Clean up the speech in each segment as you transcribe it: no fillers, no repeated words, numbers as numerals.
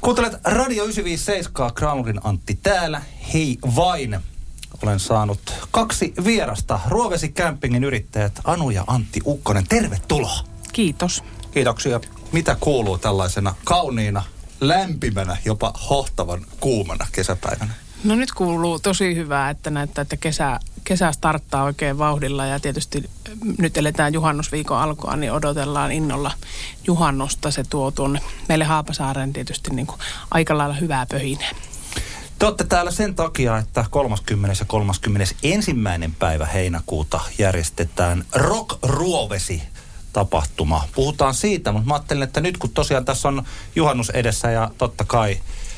Kuuntelet Radio 957, Granlundin Antti täällä. Hei vain. Olen saanut 2 vierasta. Ruovesi Campingin yrittäjät Anu ja Antti Ukkonen. Tervetuloa. Kiitos. Kiitoksia. Mitä kuuluu tällaisena kauniina, lämpimänä, jopa hohtavan kuumana kesäpäivänä? No nyt kuuluu tosi hyvää, että näyttää, että kesä starttaa oikein vauhdilla ja tietysti nyt eletään juhannusviikon alkua, niin odotellaan innolla juhannusta. Se tuo tuonne meille Haapasaareen tietysti niin kuin aika lailla hyvää pöhinää. Te olette täällä sen takia, että 30. ja 31. päivä heinäkuuta järjestetään Rock Ruovesi tapahtuma. Puhutaan siitä, mutta mä ajattelin, että nyt kun tosiaan tässä on juhannus edessä ja totta kai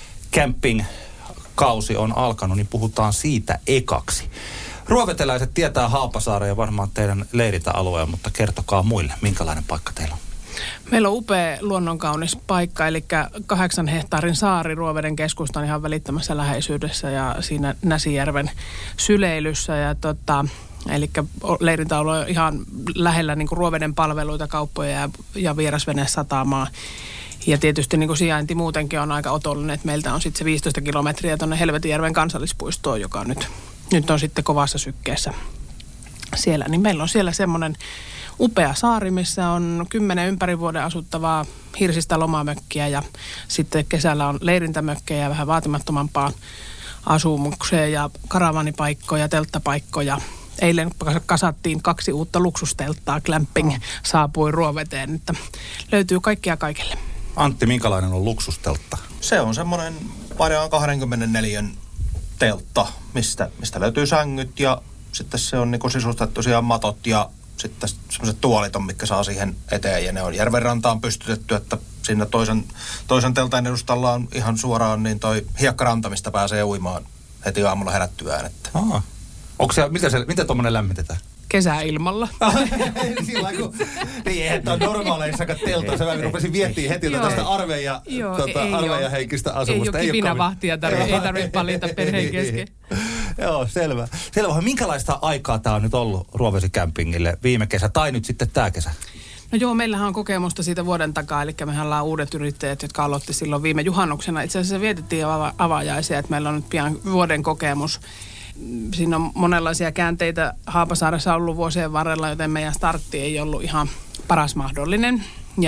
camping-kausi on alkanut, niin puhutaan siitä ekaksi. Ruoveteläiset tietää Haapasaaren ja varmaan teidän leirintäalueen, mutta kertokaa muille, minkälainen paikka teillä on. Meillä on upea luonnonkaunis paikka, eli 8 hehtaarin saari Ruoveden keskustan ihan välittömässä läheisyydessä ja siinä Näsijärven syleilyssä. Eli leirintäalue on ihan lähellä niin kuin Ruoveden palveluita, kauppoja ja vierasvenesatamaa. Ja tietysti niin kuin sijainti muutenkin on aika otollinen, että meiltä on sitten se 15 kilometriä tuonne Helvetinjärven kansallispuistoon, joka nyt on sitten kovassa sykkeessä siellä. Niin meillä on siellä semmoinen upea saari, missä on 10 ympäri vuoden asuttavaa hirsistä lomamökkiä ja sitten kesällä on leirintämökkejä ja vähän vaatimattomampaa asumukseen ja karavanipaikkoja, telttapaikkoja. Eilen kasattiin 2 uutta luksustelttaa, glamping saapui Ruoveteen, että löytyy kaikkia kaikille. Antti, minkälainen on luksusteltta? Se on semmoinen varjaan 24 teltta, mistä löytyy sängyt ja sitten se on niinku sisustettu siellä matot ja sitten semmoiset tuolit on, mitkä saa siihen eteen ja ne on järven rantaan pystytetty, että siinä toisen teltan edustalla on ihan suoraan niin toi hiekkaranta, mistä pääsee uimaan heti aamulla herättyään. Aha. Miten tuommoinen lämmitetään? Kesäilmalla. Sillä kun, niin eihän tämä on normaaleissakaan teltoissa. Mä rupesin miettimään heti tästä armeijan henkistä asumusta. Ei ole kivinavahtia, ei tarvitse paljata perheen kesken. Joo, selvä. Minkälaista aikaa tämä on nyt ollut Ruovesi Campingille viime kesä tai nyt sitten tämä kesä? No joo, meillähän on kokemusta siitä vuoden takaa, eli mehän ollaan uudet yrittäjät, jotka aloitti silloin viime juhannuksena. Itse asiassa vietettiin avaajaisia, että meillä on nyt pian vuoden kokemus. Siinä on monenlaisia käänteitä Haapasaaressa ollut vuosien varrella, joten meidän startti ei ollut ihan paras mahdollinen.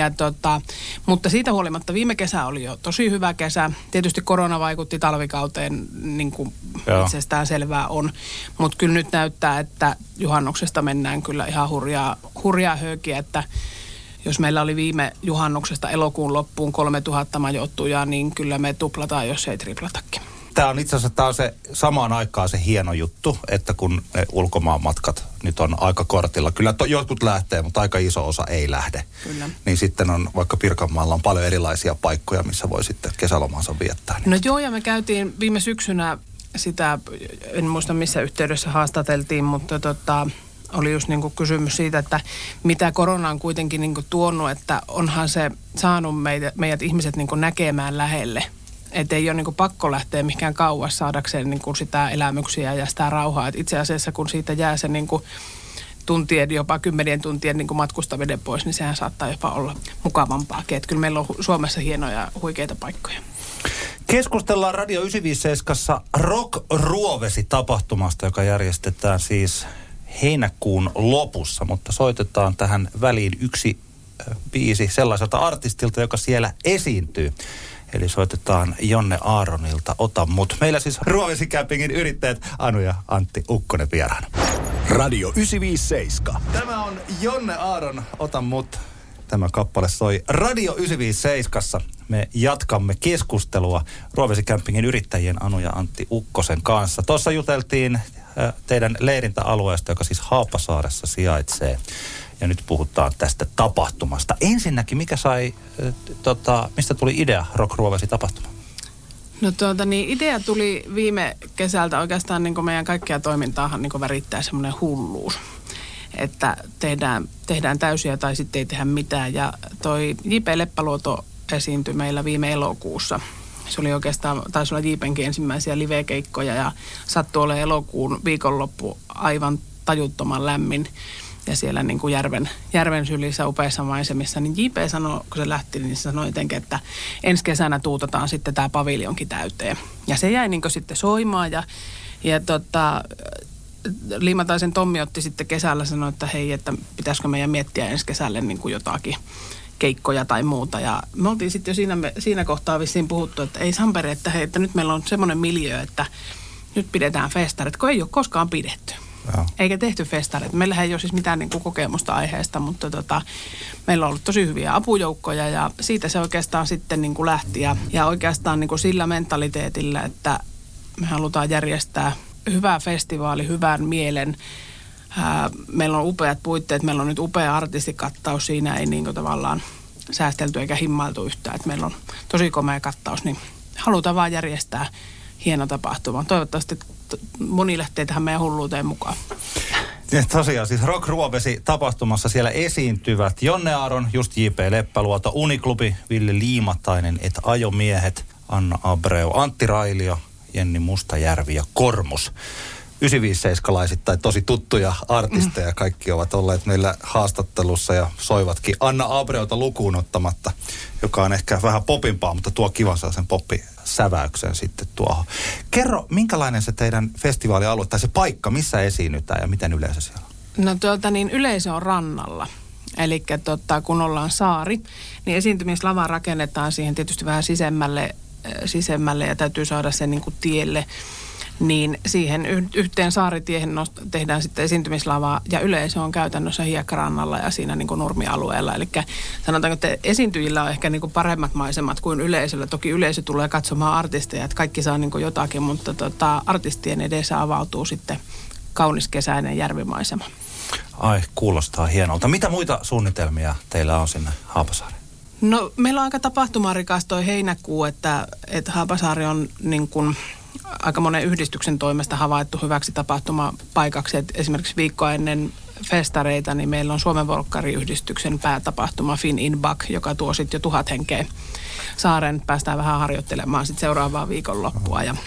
Mutta siitä huolimatta viime kesä oli jo tosi hyvä kesä. Tietysti korona vaikutti talvikauteen, niin kuin itsestään selvää on. Mutta kyllä nyt näyttää, että juhannuksesta mennään kyllä ihan hurjaa höökiä, että jos meillä oli viime juhannuksesta elokuun loppuun 3000 majoittujaa, niin kyllä me tuplataan, jos ei triplatakin. Tämä on itse asiassa se samaan aikaan se hieno juttu, että kun ne ulkomaanmatkat nyt on aika kortilla. Kyllä jotkut lähtee, mutta aika iso osa ei lähde. Kyllä. Niin sitten on, vaikka Pirkanmaalla on paljon erilaisia paikkoja, missä voi sitten kesälomansa viettää. No joo, ja me käytiin viime syksynä sitä, en muista missä yhteydessä haastateltiin, mutta oli just niin kuin kysymys siitä, että mitä korona on kuitenkin niin kuin tuonut, että onhan se saanut meidät ihmiset niin kuin näkemään lähelle. Että ei ole niin kuin pakko lähteä mihinkään kauas saadakseen niin kuin sitä elämyksiä ja sitä rauhaa. Et itse asiassa kun siitä jää se niin kuin tuntien, jopa 10 tuntien niin kuin matkustaminen pois, niin sehän saattaa jopa olla mukavampaakin. Että kyllä meillä on Suomessa hienoja huikeita paikkoja. Keskustellaan Radio 957 Rock Ruovesi -tapahtumasta, joka järjestetään siis heinäkuun lopussa, mutta soitetaan tähän väliin yksi biisi sellaiselta artistilta, joka siellä esiintyy. Eli soitetaan Jonne Aaronilta Ota mut. Meillä siis Ruovesi Campingin yrittäjät Anu ja Antti Ukkonen vieraana. Radio 957. Tämä on Jonne Aaron Ota mut. Tämä kappale soi Radio 957. Me jatkamme keskustelua Ruovesi Campingin yrittäjien Anu ja Antti Ukkosen kanssa. Tuossa juteltiin teidän leirintäalueesta, joka siis Haapasaaressa sijaitsee. Ja nyt puhutaan tästä tapahtumasta. Ensinnäkin, mistä tuli idea Rock Ruovesi -tapahtuma? No idea tuli viime kesältä. Oikeastaan niin kuin meidän kaikkia toimintaahan niin kuin värittää semmoinen hulluus. Että tehdään täysiä tai sitten ei tehdä mitään. Ja toi J.P. Leppäluoto esiintyi meillä viime elokuussa. Se oli oikeastaan, taisi olla J.P.nkin ensimmäisiä live-keikkoja ja sattui olemaan elokuun viikonloppu aivan tajuttoman lämmin. ja siellä niin kuin järven sylissä upeissa maisemissa. Niin JP sanoi, kun se lähti, niin se sanoi jotenkin, että ensi kesänä tuutataan sitten tämä paviljonkin täyteen. Ja se jäi niin kuin sitten soimaan ja Liimataisen Tommi otti sitten kesällä sanoi, että hei, että pitäisikö meidän miettiä ensi kesälle niin kuin jotakin keikkoja tai muuta. Ja me oltiin sitten jo siinä kohtaa vissiin puhuttu, että ei Samperi, että hei, että nyt meillä on semmoinen miljöö, että nyt pidetään festarit, kun ei ole koskaan pidetty. Ja. Eikä tehty festarit. Meillähän ei ole siis mitään niin kuin kokemusta aiheesta, mutta meillä on ollut tosi hyviä apujoukkoja ja siitä se oikeastaan sitten niin kuin lähti. Ja oikeastaan niin kuin sillä mentaliteetillä, että me halutaan järjestää hyvä festivaali, hyvän mielen. Meillä on upeat puitteet, meillä on nyt upea artistikattaus, siinä ei niin kuin tavallaan säästelty eikä himmailtu yhtään, että meillä on tosi komea kattaus, niin halutaan vaan järjestää hieno tapahtuma. Toivottavasti moni lähtee tähän meidän hulluuteen mukaan. Ja tosiaan siis Rock Ruovesi tapahtumassa siellä esiintyvät Jonne Aaron, just J.P. Leppäluoto, Uniklubi, Ville Liimatainen, Et Ajomiehet, Anna Abreu, Antti Railio, Jenni Mustajärvi ja Kormus. 957-laisittain tosi tuttuja artisteja. Kaikki ovat olleet meillä haastattelussa ja soivatkin Anna Abreuta lukuun ottamatta, joka on ehkä vähän popimpaa, mutta tuo kivan sellaisen poppisäväyksen sitten tuohon. Kerro, minkälainen se teidän festivaalialue tai se paikka, missä esiinnytään ja miten yleisö siellä on? No yleisö on rannalla. Eli kun ollaan saari, niin esiintymislava rakennetaan siihen tietysti vähän sisemmälle ja täytyy saada sen niin kuin tielle. Niin siihen yhteen saaritiehen tehdään sitten esiintymislavaa ja yleisö on käytännössä hiekkarannalla ja siinä niin kuin nurmialueella. Eli sanotaanko, että esiintyjillä on ehkä niin kuin paremmat maisemat kuin yleisöllä. Toki yleisö tulee katsomaan artisteja, että kaikki saa niin kuin jotakin, mutta artistien edessä avautuu sitten kaunis kesäinen järvimaisema. Ai, kuulostaa hienolta. Mitä muita suunnitelmia teillä on sinne Haapasaareen? No meillä on aika tapahtumarikas toi heinäkuu, että Haapasaari on niin kuin aika monen yhdistyksen toimesta havaittu hyväksi tapahtumapaikaksi. Et esimerkiksi viikkoa ennen festareita, niin meillä on Suomen Volkkariyhdistyksen päätapahtuma Fin in Back, joka tuo sitten jo 1000 henkeä saaren. Päästään vähän harjoittelemaan sitten seuraavaa viikonloppua. Ja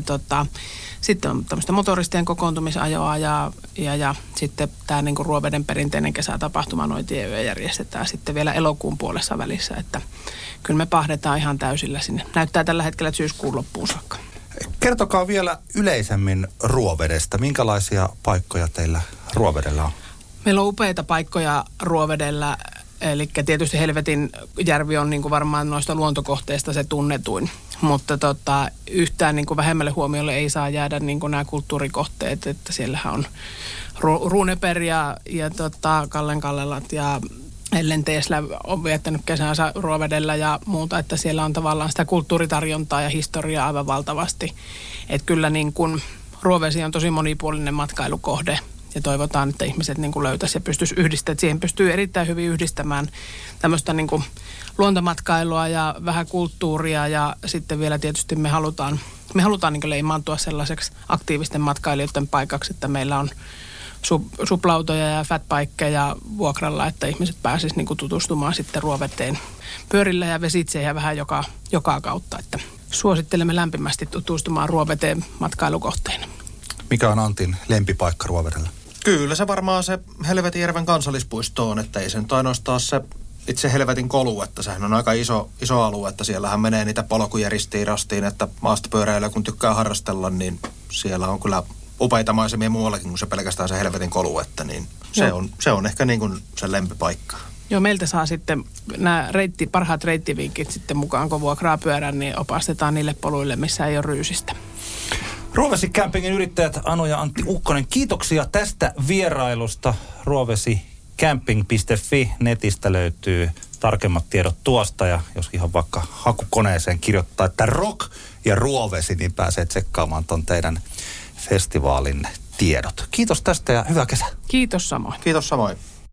sitten on tämmöistä motoristien kokoontumisajoa ja sitten tämä niinku Ruoveden perinteinen kesätapahtuma Noitien järjestetään sitten vielä elokuun puolessa välissä. Että kyllä me pahdetaan ihan täysillä sinne. Näyttää tällä hetkellä syyskuun loppuun saakka. Kertokaa vielä yleisemmin Ruovedestä. Minkälaisia paikkoja teillä Ruovedellä on? Meillä on upeita paikkoja Ruovedellä. Eli tietysti Helvetin järvi on niin kuin varmaan noista luontokohteista se tunnetuin. Mutta yhtään niin kuin vähemmälle huomiolle ei saa jäädä niin kuin nämä kulttuurikohteet. Että siellähän on Runeberg ja Kallen Kallelat ja Ellen Teeslä on viettänyt kesänsä Ruovedellä ja muuta, että siellä on tavallaan sitä kulttuuritarjontaa ja historiaa aivan valtavasti. Että kyllä niin kuin Ruovesi on tosi monipuolinen matkailukohde ja toivotaan, että ihmiset niin kuin löytäisi ja pystyisi yhdistämään. Siihen pystyy erittäin hyvin yhdistämään tämmöistä niin kuin luontomatkailua ja vähän kulttuuria ja sitten vielä tietysti me halutaan niin kuin leimaantua sellaiseksi aktiivisten matkailijoiden paikaksi, että meillä on suplautoja ja fatbikeja vuokralla, että ihmiset pääsisivät niin kuin tutustumaan sitten Ruoveteen pyörillä ja vesitse ja vähän joka kautta. Että suosittelemme lämpimästi tutustumaan Ruoveteen matkailukohteena. Mikä on Antin lempipaikka Ruovedellä? Kyllä se varmaan se Helvetinjärven kansallispuisto on, että ei se nyt ainoastaan se itse Helvetin kolu, että sehän on aika iso alue, että siellähän menee niitä polkuja ristiin rastiin, että maastopyöräilyä kun tykkää harrastella, niin siellä on kyllä upeita maisemia muuallakin kuin se pelkästään se Helvetin kolu, että niin se on ehkä niin kuin se lempipaikka. Joo, meiltä saa sitten nämä parhaat reittivinkit sitten mukaan, kun vuokraa pyörän, niin opastetaan niille poluille, missä ei ole ryysistä. Ruovesi Campingin yrittäjät Anu ja Antti Ukkonen, kiitoksia tästä vierailusta. ruovesicamping.fi netistä löytyy tarkemmat tiedot tuosta ja jos ihan vaikka hakukoneeseen kirjoittaa, että rock ja Ruovesi, niin pääsee tsekkaamaan ton teidän festivaalin tiedot. Kiitos tästä ja hyvää kesää. Kiitos samoin. Kiitos samoin.